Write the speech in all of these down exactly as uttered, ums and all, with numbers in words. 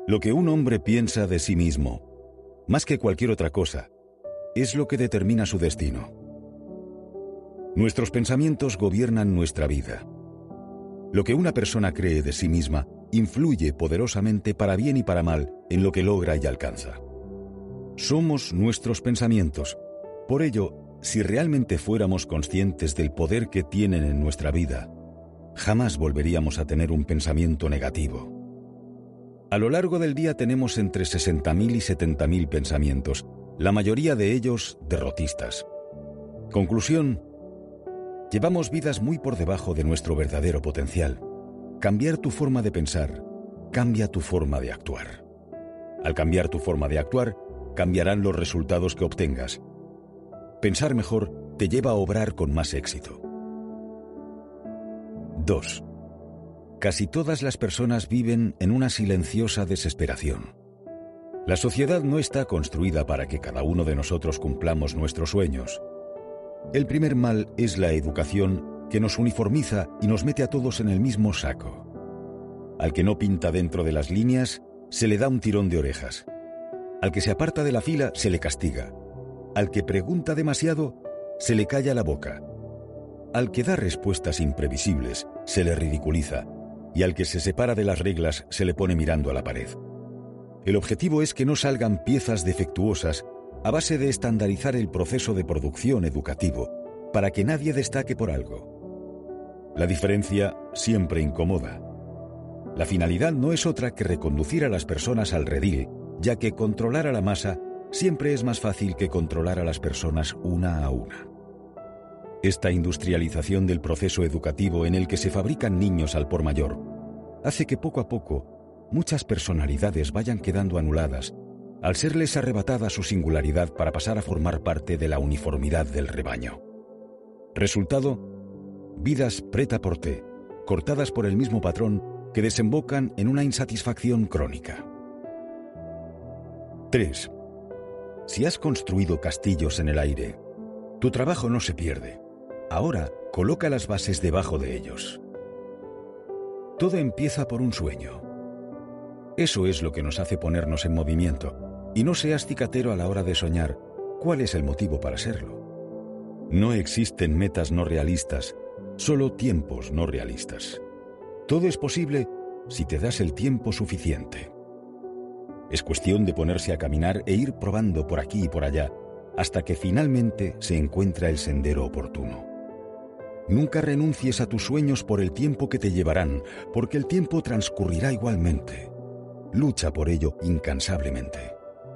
Lo que un hombre piensa de sí mismo, más que cualquier otra cosa, es lo que determina su destino. Nuestros pensamientos gobiernan nuestra vida. Lo que una persona cree de sí misma influye poderosamente para bien y para mal en lo que logra y alcanza. Somos nuestros pensamientos. Por ello, si realmente fuéramos conscientes del poder que tienen en nuestra vida, jamás volveríamos a tener un pensamiento negativo. A lo largo del día tenemos entre sesenta mil y setenta mil pensamientos, la mayoría de ellos derrotistas. Conclusión: llevamos vidas muy por debajo de nuestro verdadero potencial. Cambiar tu forma de pensar, cambia tu forma de actuar. Al cambiar tu forma de actuar, cambiarán los resultados que obtengas. Pensar mejor te lleva a obrar con más éxito. dos. Casi todas las personas viven en una silenciosa desesperación. La sociedad no está construida para que cada uno de nosotros cumplamos nuestros sueños. El primer mal es la educación, que nos uniformiza y nos mete a todos en el mismo saco. Al que no pinta dentro de las líneas, se le da un tirón de orejas. Al que se aparta de la fila, se le castiga. Al que pregunta demasiado, se le calla la boca. Al que da respuestas imprevisibles, se le ridiculiza. Y al que se separa de las reglas, se le pone mirando a la pared. El objetivo es que no salgan piezas defectuosas a base de estandarizar el proceso de producción educativo, para que nadie destaque por algo. La diferencia siempre incomoda. La finalidad no es otra que reconducir a las personas al redil, ya que controlar a la masa siempre es más fácil que controlar a las personas una a una. Esta industrialización del proceso educativo en el que se fabrican niños al por mayor hace que poco a poco muchas personalidades vayan quedando anuladas al serles arrebatada su singularidad para pasar a formar parte de la uniformidad del rebaño. Resultado: vidas prêt-à-porter, cortadas por el mismo patrón, que desembocan en una insatisfacción crónica. tres. Si has construido castillos en el aire, tu trabajo no se pierde. Ahora, coloca las bases debajo de ellos. Todo empieza por un sueño. Eso es lo que nos hace ponernos en movimiento. Y no seas cicatero a la hora de soñar. ¿Cuál es el motivo para serlo? No existen metas no realistas, solo tiempos no realistas. Todo es posible si te das el tiempo suficiente. Es cuestión de ponerse a caminar e ir probando por aquí y por allá, hasta que finalmente se encuentra el sendero oportuno. Nunca renuncies a tus sueños por el tiempo que te llevarán, porque el tiempo transcurrirá igualmente. Lucha por ello incansablemente.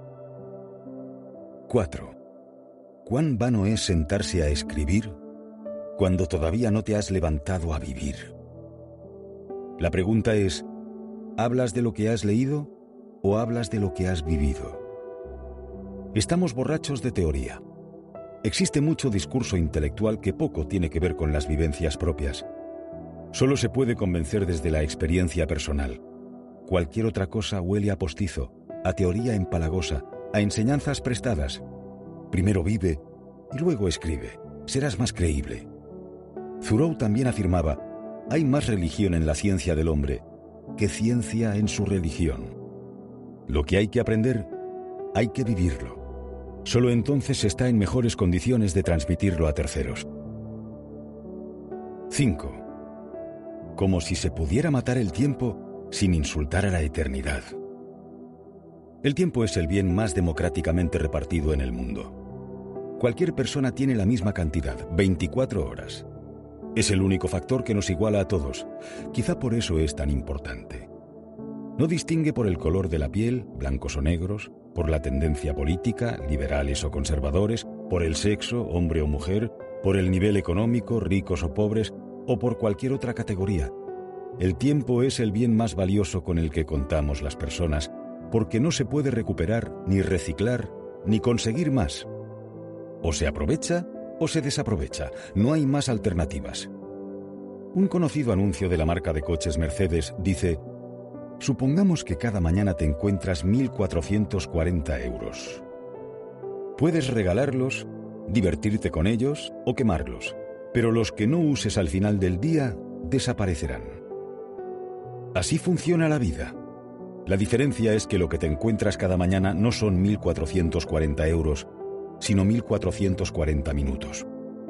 cuatro. ¿Cuán vano es sentarse a escribir cuando todavía no te has levantado a vivir? La pregunta es: ¿hablas de lo que has leído o hablas de lo que has vivido? Estamos borrachos de teoría. Existe mucho discurso intelectual que poco tiene que ver con las vivencias propias. Solo se puede convencer desde la experiencia personal. Cualquier otra cosa huele a postizo, a teoría empalagosa, a enseñanzas prestadas. Primero vive y luego escribe. Serás más creíble. Thoreau también afirmaba: hay más religión en la ciencia del hombre que ciencia en su religión. Lo que hay que aprender, hay que vivirlo. Solo entonces se está en mejores condiciones de transmitirlo a terceros. cinco. Como si se pudiera matar el tiempo sin insultar a la eternidad. El tiempo es el bien más democráticamente repartido en el mundo. Cualquier persona tiene la misma cantidad, veinticuatro horas. Es el único factor que nos iguala a todos. Quizá por eso es tan importante. No distingue por el color de la piel, blancos o negros, por la tendencia política, liberales o conservadores, por el sexo, hombre o mujer, por el nivel económico, ricos o pobres, o por cualquier otra categoría. El tiempo es el bien más valioso con el que contamos las personas, porque no se puede recuperar, ni reciclar, ni conseguir más. O se aprovecha o se desaprovecha. No hay más alternativas. Un conocido anuncio de la marca de coches Mercedes dice: supongamos que cada mañana te encuentras mil cuatrocientos cuarenta euros. Puedes regalarlos, divertirte con ellos o quemarlos, pero los que no uses al final del día desaparecerán. Así funciona la vida. La diferencia es que lo que te encuentras cada mañana no son mil cuatrocientos cuarenta euros, sino mil cuatrocientos cuarenta minutos.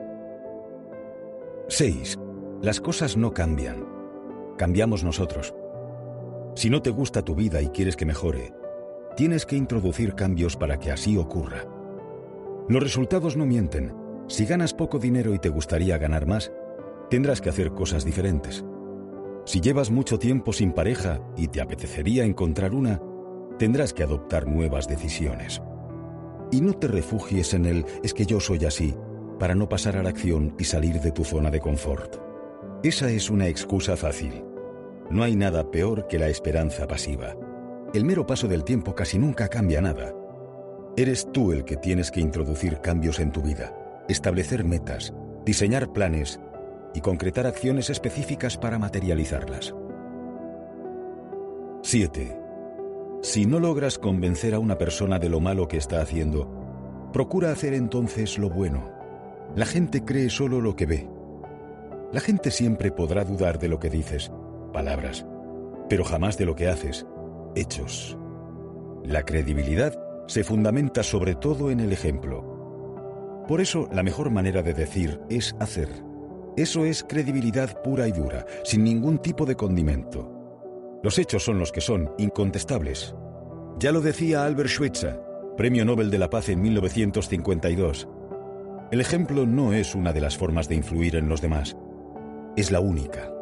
seis. Las cosas no cambian. Cambiamos nosotros. Si no te gusta tu vida y quieres que mejore, tienes que introducir cambios para que así ocurra. Los resultados no mienten. Si ganas poco dinero y te gustaría ganar más, tendrás que hacer cosas diferentes. Si llevas mucho tiempo sin pareja y te apetecería encontrar una, tendrás que adoptar nuevas decisiones. Y no te refugies en el «es que yo soy así», para no pasar a la acción y salir de tu zona de confort. Esa es una excusa fácil. No hay nada peor que la esperanza pasiva. El mero paso del tiempo casi nunca cambia nada. Eres tú el que tienes que introducir cambios en tu vida, establecer metas, diseñar planes y concretar acciones específicas para materializarlas. siete. Si no logras convencer a una persona de lo malo que está haciendo, procura hacer entonces lo bueno. La gente cree solo lo que ve. La gente siempre podrá dudar de lo que dices, palabras, pero jamás de lo que haces, hechos. La credibilidad se fundamenta sobre todo en el ejemplo. Por eso, la mejor manera de decir es hacer. Eso es credibilidad pura y dura, sin ningún tipo de condimento. Los hechos son los que son, incontestables. Ya lo decía Albert Schweitzer, Premio Nobel de la Paz en mil novecientos cincuenta y dos. El ejemplo no es una de las formas de influir en los demás. Es la única.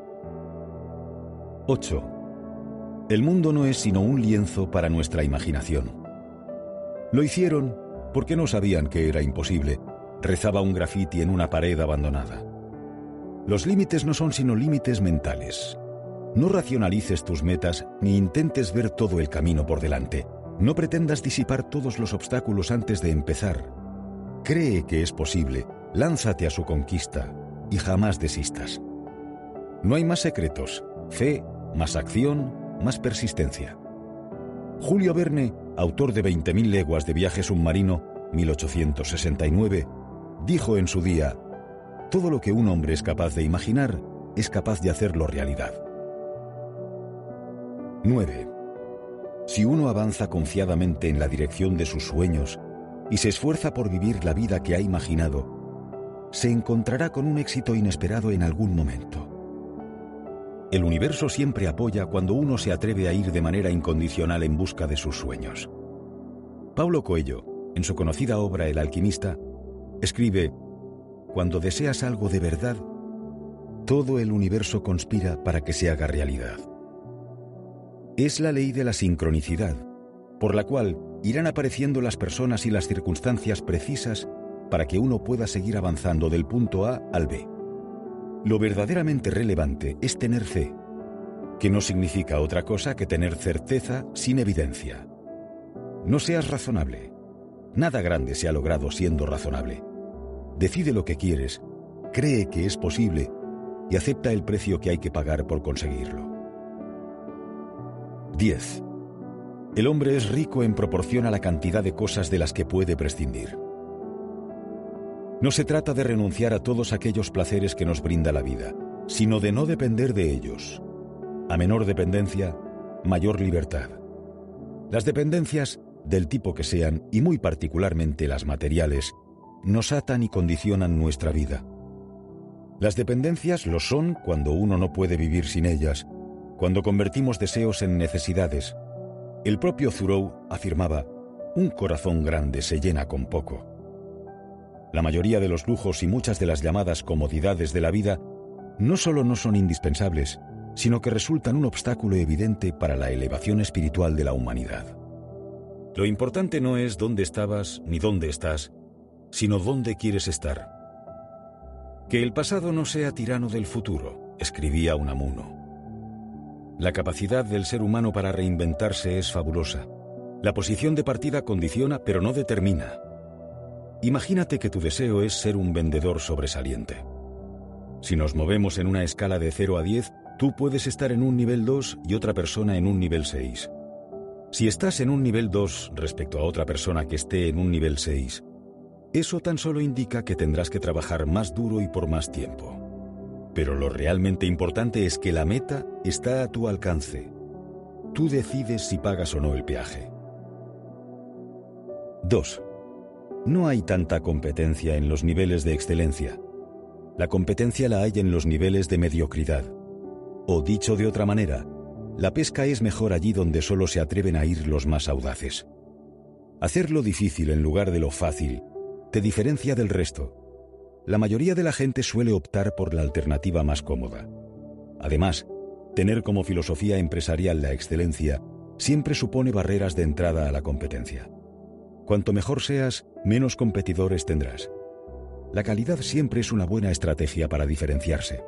ocho. El mundo no es sino un lienzo para nuestra imaginación. Lo hicieron porque no sabían que era imposible. Rezaba un grafiti en una pared abandonada. Los límites no son sino límites mentales. No racionalices tus metas ni intentes ver todo el camino por delante. No pretendas disipar todos los obstáculos antes de empezar. Cree que es posible, lánzate a su conquista y jamás desistas. No hay más secretos, fe, más acción, más persistencia. Julio Verne, autor de veinte mil leguas de viaje submarino, mil ochocientos sesenta y nueve, dijo en su día: todo lo que un hombre es capaz de imaginar, es capaz de hacerlo realidad. nueve. Si uno avanza confiadamente en la dirección de sus sueños y se esfuerza por vivir la vida que ha imaginado, se encontrará con un éxito inesperado en algún momento. El universo siempre apoya cuando uno se atreve a ir de manera incondicional en busca de sus sueños. Paulo Coelho, en su conocida obra El alquimista, escribe: cuando deseas algo de verdad, todo el universo conspira para que se haga realidad. Es la ley de la sincronicidad, por la cual irán apareciendo las personas y las circunstancias precisas para que uno pueda seguir avanzando del punto A al B. Lo verdaderamente relevante es tener fe, que no significa otra cosa que tener certeza sin evidencia. No seas razonable. Nada grande se ha logrado siendo razonable. Decide lo que quieres, cree que es posible y acepta el precio que hay que pagar por conseguirlo. diez. El hombre es rico en proporción a la cantidad de cosas de las que puede prescindir. No se trata de renunciar a todos aquellos placeres que nos brinda la vida, sino de no depender de ellos. A menor dependencia, mayor libertad. Las dependencias, del tipo que sean, y muy particularmente las materiales, nos atan y condicionan nuestra vida. Las dependencias lo son cuando uno no puede vivir sin ellas, cuando convertimos deseos en necesidades. El propio Thoreau afirmaba: un corazón grande se llena con poco. La mayoría de los lujos y muchas de las llamadas comodidades de la vida no solo no son indispensables, sino que resultan un obstáculo evidente para la elevación espiritual de la humanidad. Lo importante no es dónde estabas ni dónde estás, sino dónde quieres estar. Que el pasado no sea tirano del futuro, escribía Unamuno. La capacidad del ser humano para reinventarse es fabulosa. La posición de partida condiciona, pero no determina. Imagínate que tu deseo es ser un vendedor sobresaliente. Si nos movemos en una escala de cero a diez, tú puedes estar en un nivel dos y otra persona en un nivel seis. Si estás en un nivel dos respecto a otra persona que esté en un nivel seis, eso tan solo indica que tendrás que trabajar más duro y por más tiempo. Pero lo realmente importante es que la meta está a tu alcance. Tú decides si pagas o no el peaje. dos. No hay tanta competencia en los niveles de excelencia. La competencia la hay en los niveles de mediocridad. O dicho de otra manera, la pesca es mejor allí donde solo se atreven a ir los más audaces. Hacer lo difícil en lugar de lo fácil te diferencia del resto. La mayoría de la gente suele optar por la alternativa más cómoda. Además, tener como filosofía empresarial la excelencia siempre supone barreras de entrada a la competencia. Cuanto mejor seas, menos competidores tendrás. La calidad siempre es una buena estrategia para diferenciarse.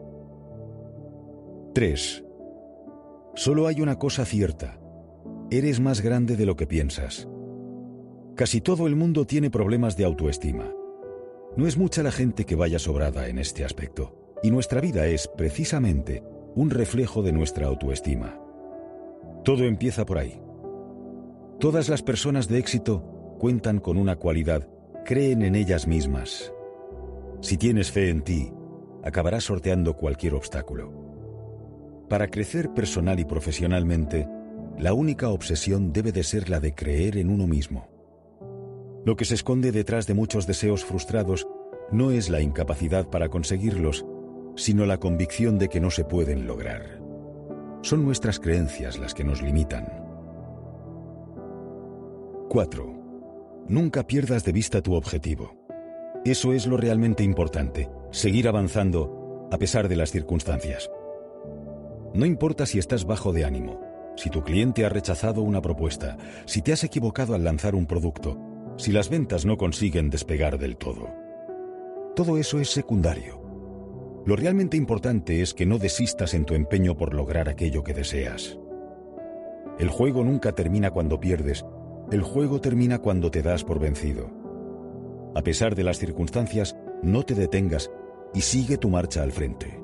tres. Solo hay una cosa cierta. Eres más grande de lo que piensas. Casi todo el mundo tiene problemas de autoestima. No es mucha la gente que vaya sobrada en este aspecto, y nuestra vida es, precisamente, un reflejo de nuestra autoestima. Todo empieza por ahí. Todas las personas de éxito cuentan con una cualidad, creen en ellas mismas. Si tienes fe en ti, acabarás sorteando cualquier obstáculo. Para crecer personal y profesionalmente, la única obsesión debe de ser la de creer en uno mismo. Lo que se esconde detrás de muchos deseos frustrados no es la incapacidad para conseguirlos, sino la convicción de que no se pueden lograr. Son nuestras creencias las que nos limitan. cuatro. Nunca pierdas de vista tu objetivo. Eso es lo realmente importante, seguir avanzando a pesar de las circunstancias. No importa si estás bajo de ánimo, si tu cliente ha rechazado una propuesta, si te has equivocado al lanzar un producto, si las ventas no consiguen despegar del todo. Todo eso es secundario. Lo realmente importante es que no desistas en tu empeño por lograr aquello que deseas. El juego nunca termina cuando pierdes, el juego termina cuando te das por vencido. A pesar de las circunstancias, no te detengas y sigue tu marcha al frente.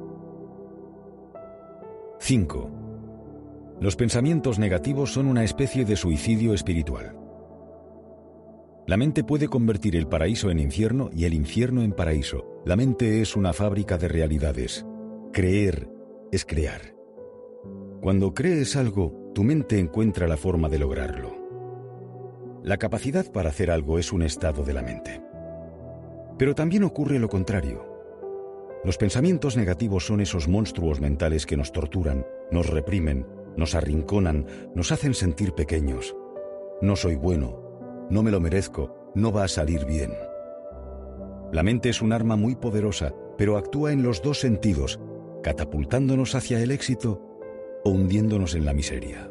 cinco. Los pensamientos negativos son una especie de suicidio espiritual. La mente puede convertir el paraíso en infierno y el infierno en paraíso. La mente es una fábrica de realidades. Creer es crear. Cuando crees algo, tu mente encuentra la forma de lograrlo. La capacidad para hacer algo es un estado de la mente. Pero también ocurre lo contrario. Los pensamientos negativos son esos monstruos mentales que nos torturan, nos reprimen, nos arrinconan, nos hacen sentir pequeños. No soy bueno, no me lo merezco, no va a salir bien. La mente es un arma muy poderosa, pero actúa en los dos sentidos, catapultándonos hacia el éxito o hundiéndonos en la miseria.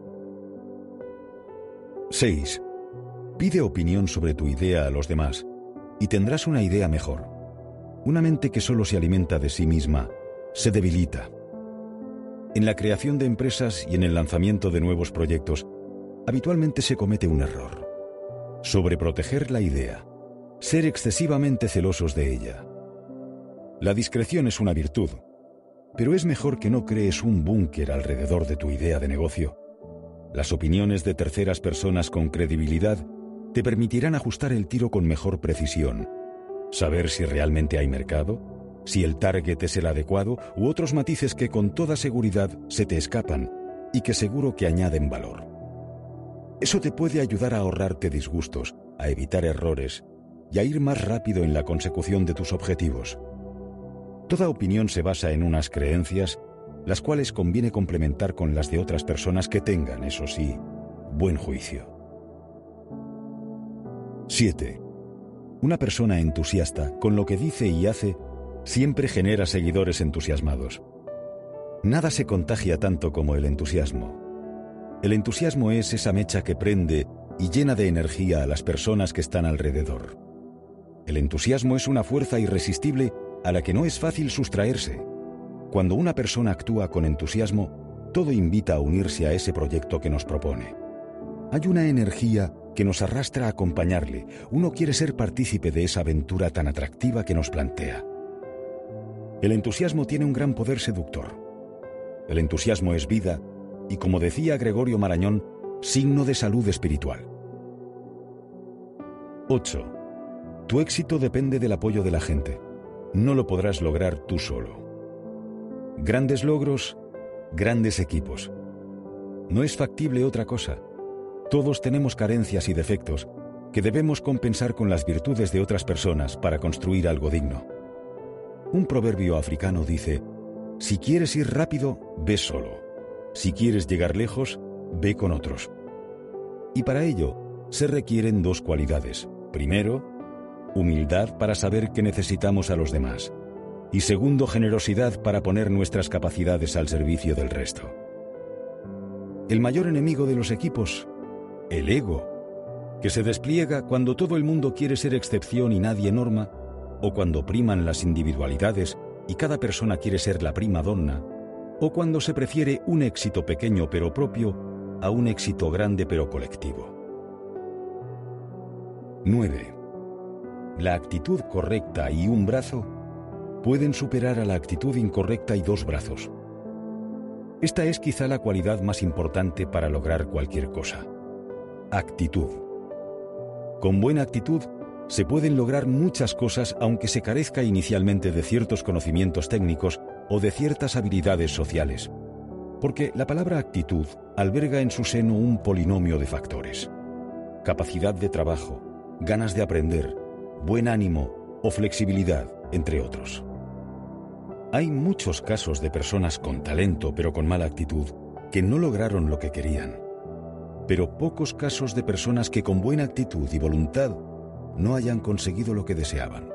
seis. Pide opinión sobre tu idea a los demás y tendrás una idea mejor. Una mente que solo se alimenta de sí misma se debilita. En la creación de empresas y en el lanzamiento de nuevos proyectos, habitualmente se comete un error: sobreproteger la idea, ser excesivamente celosos de ella. La discreción es una virtud, pero es mejor que no crees un búnker alrededor de tu idea de negocio. Las opiniones de terceras personas con credibilidad te permitirán ajustar el tiro con mejor precisión, saber si realmente hay mercado, si el target es el adecuado u otros matices que con toda seguridad se te escapan y que seguro que añaden valor. Eso te puede ayudar a ahorrarte disgustos, a evitar errores y a ir más rápido en la consecución de tus objetivos. Toda opinión se basa en unas creencias, las cuales conviene complementar con las de otras personas que tengan, eso sí, buen juicio. siete. Una persona entusiasta, con lo que dice y hace, siempre genera seguidores entusiasmados. Nada se contagia tanto como el entusiasmo. El entusiasmo es esa mecha que prende y llena de energía a las personas que están alrededor. El entusiasmo es una fuerza irresistible a la que no es fácil sustraerse. Cuando una persona actúa con entusiasmo, todo invita a unirse a ese proyecto que nos propone. Hay una energía que nos arrastra a acompañarle. Uno quiere ser partícipe de esa aventura tan atractiva que nos plantea. El entusiasmo tiene un gran poder seductor. El entusiasmo es vida y, como decía Gregorio Marañón, signo de salud espiritual. ocho. Tu éxito depende del apoyo de la gente. No lo podrás lograr tú solo. Grandes logros, grandes equipos. No es factible otra cosa. Todos tenemos carencias y defectos que debemos compensar con las virtudes de otras personas para construir algo digno. Un proverbio africano dice: si quieres ir rápido, ve solo. Si quieres llegar lejos, ve con otros. Y para ello se requieren dos cualidades. Primero, humildad para saber que necesitamos a los demás. Y segundo, generosidad para poner nuestras capacidades al servicio del resto. El mayor enemigo de los equipos, el ego, que se despliega cuando todo el mundo quiere ser excepción y nadie norma, o cuando priman las individualidades y cada persona quiere ser la prima donna, o cuando se prefiere un éxito pequeño pero propio a un éxito grande pero colectivo. nueve. La actitud correcta y un brazo pueden superar a la actitud incorrecta y dos brazos. Esta es quizá la cualidad más importante para lograr cualquier cosa. Actitud. Con buena actitud se pueden lograr muchas cosas aunque se carezca inicialmente de ciertos conocimientos técnicos o de ciertas habilidades sociales, porque la palabra actitud alberga en su seno un polinomio de factores: capacidad de trabajo, ganas de aprender, buen ánimo o flexibilidad, entre otros. Hay muchos casos de personas con talento pero con mala actitud que no lograron lo que querían, pero pocos casos de personas que con buena actitud y voluntad no hayan conseguido lo que deseaban.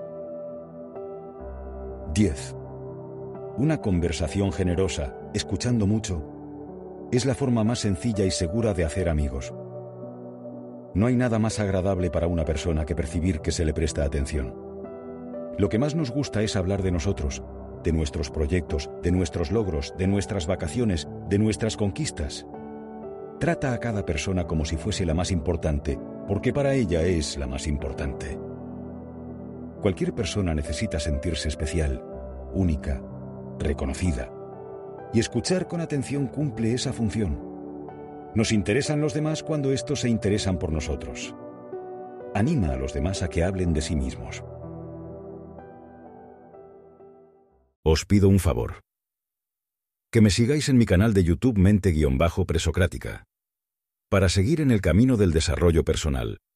diez. Una conversación generosa, escuchando mucho, es la forma más sencilla y segura de hacer amigos. No hay nada más agradable para una persona que percibir que se le presta atención. Lo que más nos gusta es hablar de nosotros, de nuestros proyectos, de nuestros logros, de nuestras vacaciones, de nuestras conquistas. Trata a cada persona como si fuese la más importante, porque para ella es la más importante. Cualquier persona necesita sentirse especial, única, reconocida. Y escuchar con atención cumple esa función. Nos interesan los demás cuando estos se interesan por nosotros. Anima a los demás a que hablen de sí mismos. Os pido un favor. Que me sigáis en mi canal de YouTube Mente-Presocrática. Para seguir en el camino del desarrollo personal